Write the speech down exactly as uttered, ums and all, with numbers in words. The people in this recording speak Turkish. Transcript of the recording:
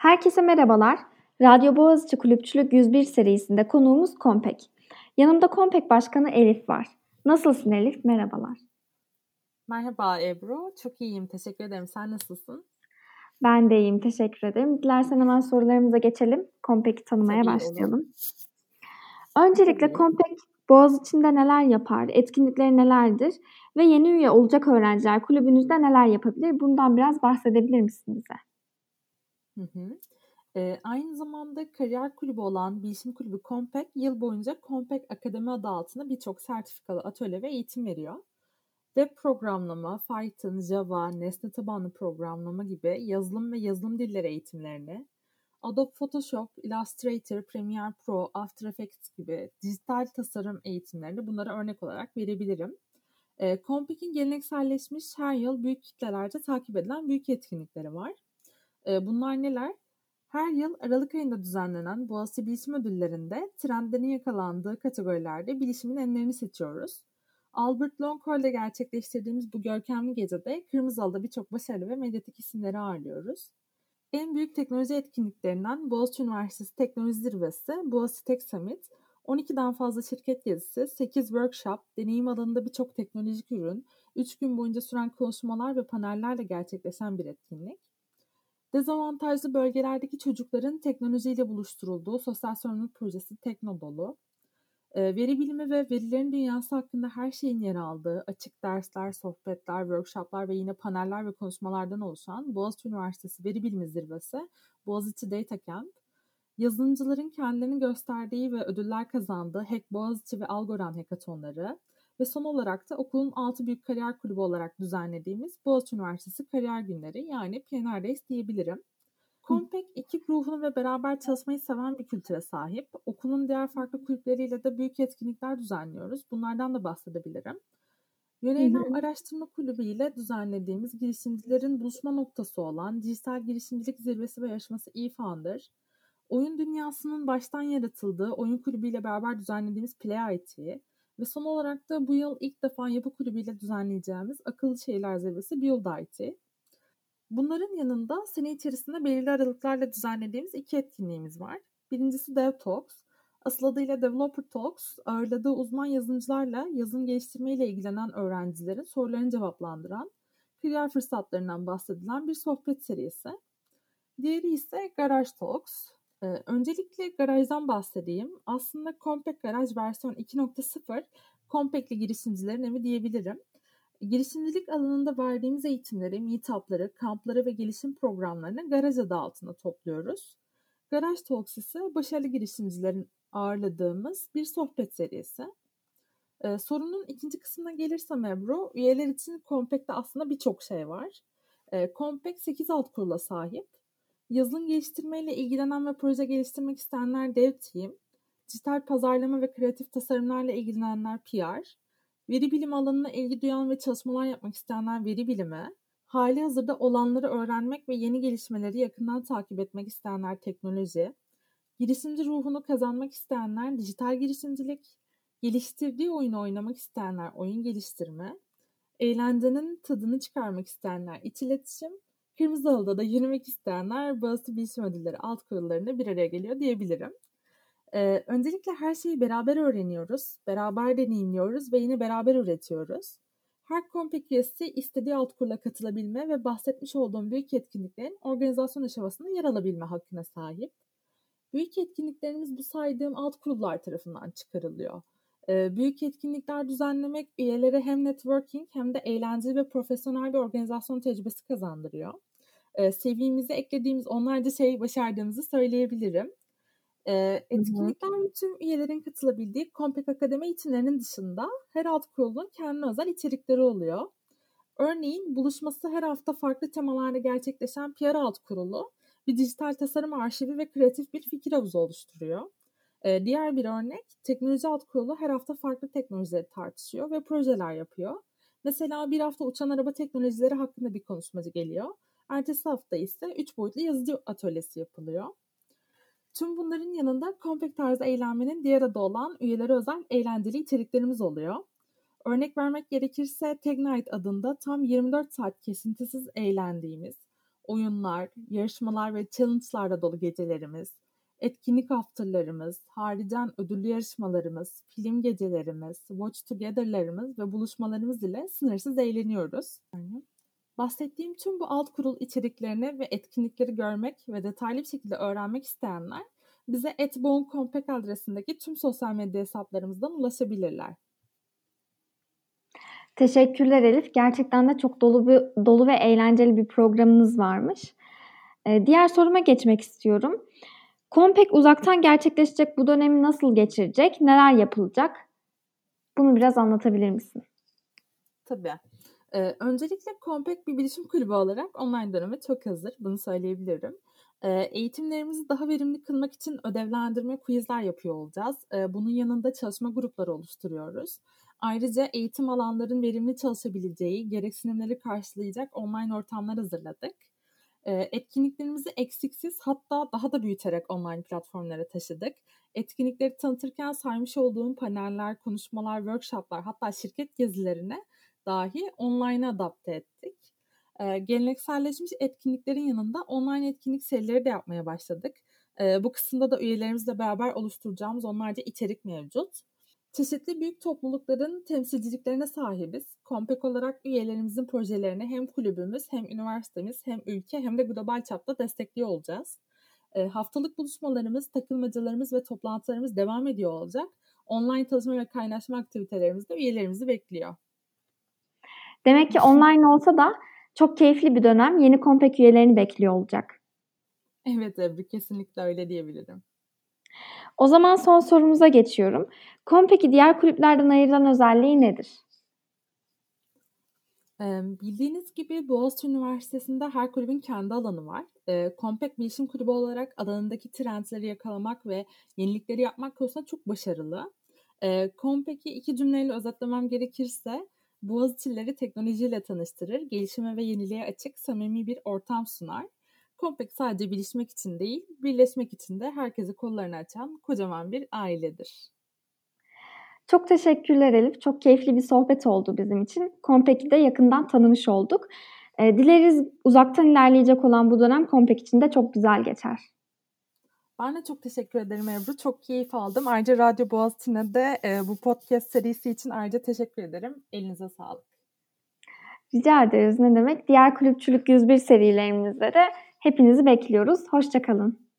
Herkese merhabalar. Radyo Boğaziçi Kulüpçülük yüz bir serisinde konuğumuz Kompek. Yanımda Kompek Başkanı Elif var. Nasılsın Elif? Merhabalar. Merhaba Ebru. Çok iyiyim. Teşekkür ederim. Sen nasılsın? Ben de iyiyim. Teşekkür ederim. Dilersen hemen sorularımıza geçelim. Kompek'i tanımaya Tabii olur. başlayalım. Öncelikle Tabii. Kompek Boğaziçi'nde neler yapar? Etkinlikleri nelerdir? Ve yeni üye olacak öğrenciler kulübünüzde neler yapabilir? Bundan biraz bahsedebilir misin bize? Hı hı. Ee, aynı zamanda kariyer kulübü olan Bilişim Kulübü Kompek yıl boyunca Kompek Akademi adı altında birçok sertifikalı atölye ve eğitim veriyor. Web programlama, Python, Java, nesne tabanlı programlama gibi yazılım ve yazılım dilleri eğitimlerini, Adobe Photoshop, Illustrator, Premiere Pro, After Effects gibi dijital tasarım eğitimlerini bunlara örnek olarak verebilirim. E, Kompik'in gelenekselleşmiş her yıl büyük kitlelerde takip edilen büyük etkinlikleri var. E, bunlar neler? Her yıl Aralık ayında düzenlenen Boğaziçi Bilişim Ödülleri'nde trendlerin yakalandığı kategorilerde bilişimin enlerini seçiyoruz. Albert Longhorn'da gerçekleştirdiğimiz bu görkemli gecede Kırmızı Halı'da birçok başarılı ve medyatik isimleri ağırlıyoruz. En büyük teknoloji etkinliklerinden Boğaziçi Üniversitesi Teknoloji Zirvesi, Boğaziçi Tech Summit, on ikiden fazla şirket gezisi, sekiz workshop, deneyim alanında birçok teknolojik ürün, üç gün boyunca süren konuşmalar ve panellerle gerçekleşen bir etkinlik. Dezavantajlı bölgelerdeki çocukların teknolojiyle buluşturulduğu sosyal sorumluluk projesi Teknobolu, e, veri bilimi ve verilerin dünyası hakkında her şeyin yer aldığı açık dersler, sohbetler, workshoplar ve yine paneller ve konuşmalardan oluşan Boğaziçi Üniversitesi Veri Bilimi Zirvesi, Boğaziçi Data Camp, yazılımcıların kendilerini gösterdiği ve ödüller kazandığı Hack Boğaziçi ve Algorand hackathonları ve son olarak da okulun altı büyük kariyer kulübü olarak düzenlediğimiz Boğaziçi Üniversitesi Kariyer Günleri yani P N R Days diyebilirim. Kompek ekip ruhunu ve beraber çalışmayı seven bir kültüre sahip. Okulun diğer farklı kulüpleriyle de büyük etkinlikler düzenliyoruz. Bunlardan da bahsedebilirim. Hı Yöneylem hı. Araştırma Kulübü ile düzenlediğimiz girişimcilerin buluşma noktası olan Dijital Girişimcilik Zirvesi ve yarışması eFounder, oyun dünyasının baştan yaratıldığı oyun kulübüyle beraber düzenlediğimiz Play I T ve son olarak da bu yıl ilk defa Yapı Kulübü ile düzenleyeceğimiz Akıllı Şehirler Zirvesi Build I T. Bunların yanında sene içerisinde belirli aralıklarla düzenlediğimiz iki etkinliğimiz var. Birincisi Dev Talks. Asıl adıyla Developer Talks, ağırladığı uzman yazılımcılarla yazılım geliştirmeyle ilgilenen öğrencilerin sorularını cevaplandıran, kariyer fırsatlarından bahsedilen bir sohbet serisi. Diğeri ise Garage Talks. Ee, öncelikle garajdan bahsedeyim. Aslında Compact Garaj versiyon iki nokta sıfır Compact'li girişimcilerin evi diyebilirim. Girişimcilik alanında verdiğimiz eğitimleri, meetupları, kampları ve gelişim programlarını Garaj adı altında topluyoruz. Garaj Talks ise başarılı girişimcilerin ağırladığımız bir sohbet serisi. Ee, sorunun ikinci kısmına gelirsem Ebru, üyeler için Compact'te aslında birçok şey var. Ee, Compact sekiz alt kurula sahip. Yazılım geliştirmeyle ilgilenen ve proje geliştirmek isteyenler Dev Team, dijital pazarlama ve kreatif tasarımlarla ilgilenenler P R, veri bilimi alanına ilgi duyan ve çalışmalar yapmak isteyenler veri bilimi, hali hazırda olanları öğrenmek ve yeni gelişmeleri yakından takip etmek isteyenler teknoloji, girişimci ruhunu kazanmak isteyenler dijital girişimcilik, geliştirdiği oyunu oynamak isteyenler oyun geliştirme, eğlencenin tadını çıkarmak isteyenler iç iletişim, Kırmızı Halı'da da yürümek isteyenler Boğaziçi Bilişim Ödülleri alt kurullarında bir araya geliyor diyebilirim. Ee, öncelikle her şeyi beraber öğreniyoruz, beraber deneyimliyoruz ve yine beraber üretiyoruz. Her Kompek üyesi istediği alt kurula katılabilme ve bahsetmiş olduğum büyük etkinliklerin organizasyon aşamasında yer alabilme hakkına sahip. Büyük etkinliklerimiz bu saydığım alt kurullar tarafından çıkarılıyor. Ee, büyük etkinlikler düzenlemek üyelere hem networking hem de eğlenceli ve profesyonel bir organizasyon tecrübesi kazandırıyor. Ee, C V'mize eklediğimiz onlarca şey başardığımızı söyleyebilirim. Ee, Hı hı. etkinlikler tüm üyelerin katılabildiği Kompek Akademi eğitimlerinin dışında her alt kurulun kendine özel içerikleri oluyor. Örneğin buluşması her hafta farklı temalarda gerçekleşen P R alt kurulu bir dijital tasarım arşivi ve kreatif bir fikir havuzu oluşturuyor. Ee, diğer bir örnek teknoloji alt kurulu her hafta farklı teknolojileri tartışıyor ve projeler yapıyor. Mesela bir hafta uçan araba teknolojileri hakkında bir konuşmacı geliyor. Ertesi hafta ise üç boyutlu yazıcı atölyesi yapılıyor. Tüm bunların yanında Compact tarzı eğlenmenin diğer adı olan üyelere özel eğlenceli içeriklerimiz oluyor. Örnek vermek gerekirse Tech Night adında tam yirmi dört saat kesintisiz eğlendiğimiz, oyunlar, yarışmalar ve challenge'larla dolu gecelerimiz, etkinlik haftalarımız, haricen ödüllü yarışmalarımız, film gecelerimiz, watch together'larımız ve buluşmalarımız ile sınırsız eğleniyoruz. Yani bahsettiğim tüm bu alt kurul içeriklerini ve etkinlikleri görmek ve detaylı bir şekilde öğrenmek isteyenler bize at boğumkompek adresindeki tüm sosyal medya hesaplarımızdan ulaşabilirler. Teşekkürler Elif. Gerçekten de çok dolu bir, dolu ve eğlenceli bir programınız varmış. Ee, diğer soruma geçmek istiyorum. Kompek uzaktan gerçekleşecek bu dönemi nasıl geçirecek? Neler yapılacak? Bunu biraz anlatabilir misin? Tabii. Ee, öncelikle Kompek bir bilişim kulübü olarak online döneme çok hazır. Bunu söyleyebilirim. Ee, eğitimlerimizi daha verimli kılmak için ödevlendirme, quizler yapıyor olacağız. Ee, bunun yanında çalışma grupları oluşturuyoruz. Ayrıca eğitim alanların verimli çalışabileceği, gereksinimleri karşılayacak online ortamlar hazırladık. Ee, etkinliklerimizi eksiksiz, hatta daha da büyüterek online platformlara taşıdık. Etkinlikleri tanıtırken saymış olduğum paneller, konuşmalar, workshoplar, hatta şirket gezilerine dahi online'a adapte ettik. Ee, gelenekselleşmiş etkinliklerin yanında online etkinlik serileri de yapmaya başladık. Ee, bu kısımda da üyelerimizle beraber oluşturacağımız onlarca içerik mevcut. Çeşitli büyük toplulukların temsilciliklerine sahibiz. Kompek olarak üyelerimizin projelerini hem kulübümüz, hem üniversitemiz, hem ülke, hem de global çapta destekliyor olacağız. E, haftalık buluşmalarımız, takılmacalarımız ve toplantılarımız devam ediyor olacak. Online çalışma ve kaynaşma aktivitelerimiz de üyelerimizi bekliyor. Demek ki online olsa da çok keyifli bir dönem yeni Kompek üyelerini bekliyor olacak. Evet Ebru, kesinlikle öyle diyebilirim. O zaman son sorumuza geçiyorum. Kompek'i diğer kulüplerden ayıran özelliği nedir? Ee, bildiğiniz gibi Boğaziçi Üniversitesi'nde her kulübün kendi alanı var. Ee, Kompek Bilişim Kulübü olarak alanındaki trendleri yakalamak ve yenilikleri yapmak konusunda çok başarılı. Ee, Kompek'i iki cümleyle özetlemem gerekirse, Boğaziçi'lileri teknolojiyle tanıştırır, gelişime ve yeniliğe açık, samimi bir ortam sunar. Kompek sadece bilişmek için değil, birleşmek için de herkese kollarını açan kocaman bir ailedir. Çok teşekkürler Elif. Çok keyifli bir sohbet oldu bizim için. Kompek'i de yakından tanımış olduk. E, dileriz uzaktan ilerleyecek olan bu dönem Kompek için de çok güzel geçer. Ben de çok teşekkür ederim Ebru. Çok keyif aldım. Ayrıca Radyo Boğaziçi'ne de e, bu podcast serisi için ayrıca teşekkür ederim. Elinize sağlık. Rica ederiz, ne demek. Diğer Kulüpçülük yüz bir serilerimizde de hepinizi bekliyoruz. Hoşça kalın.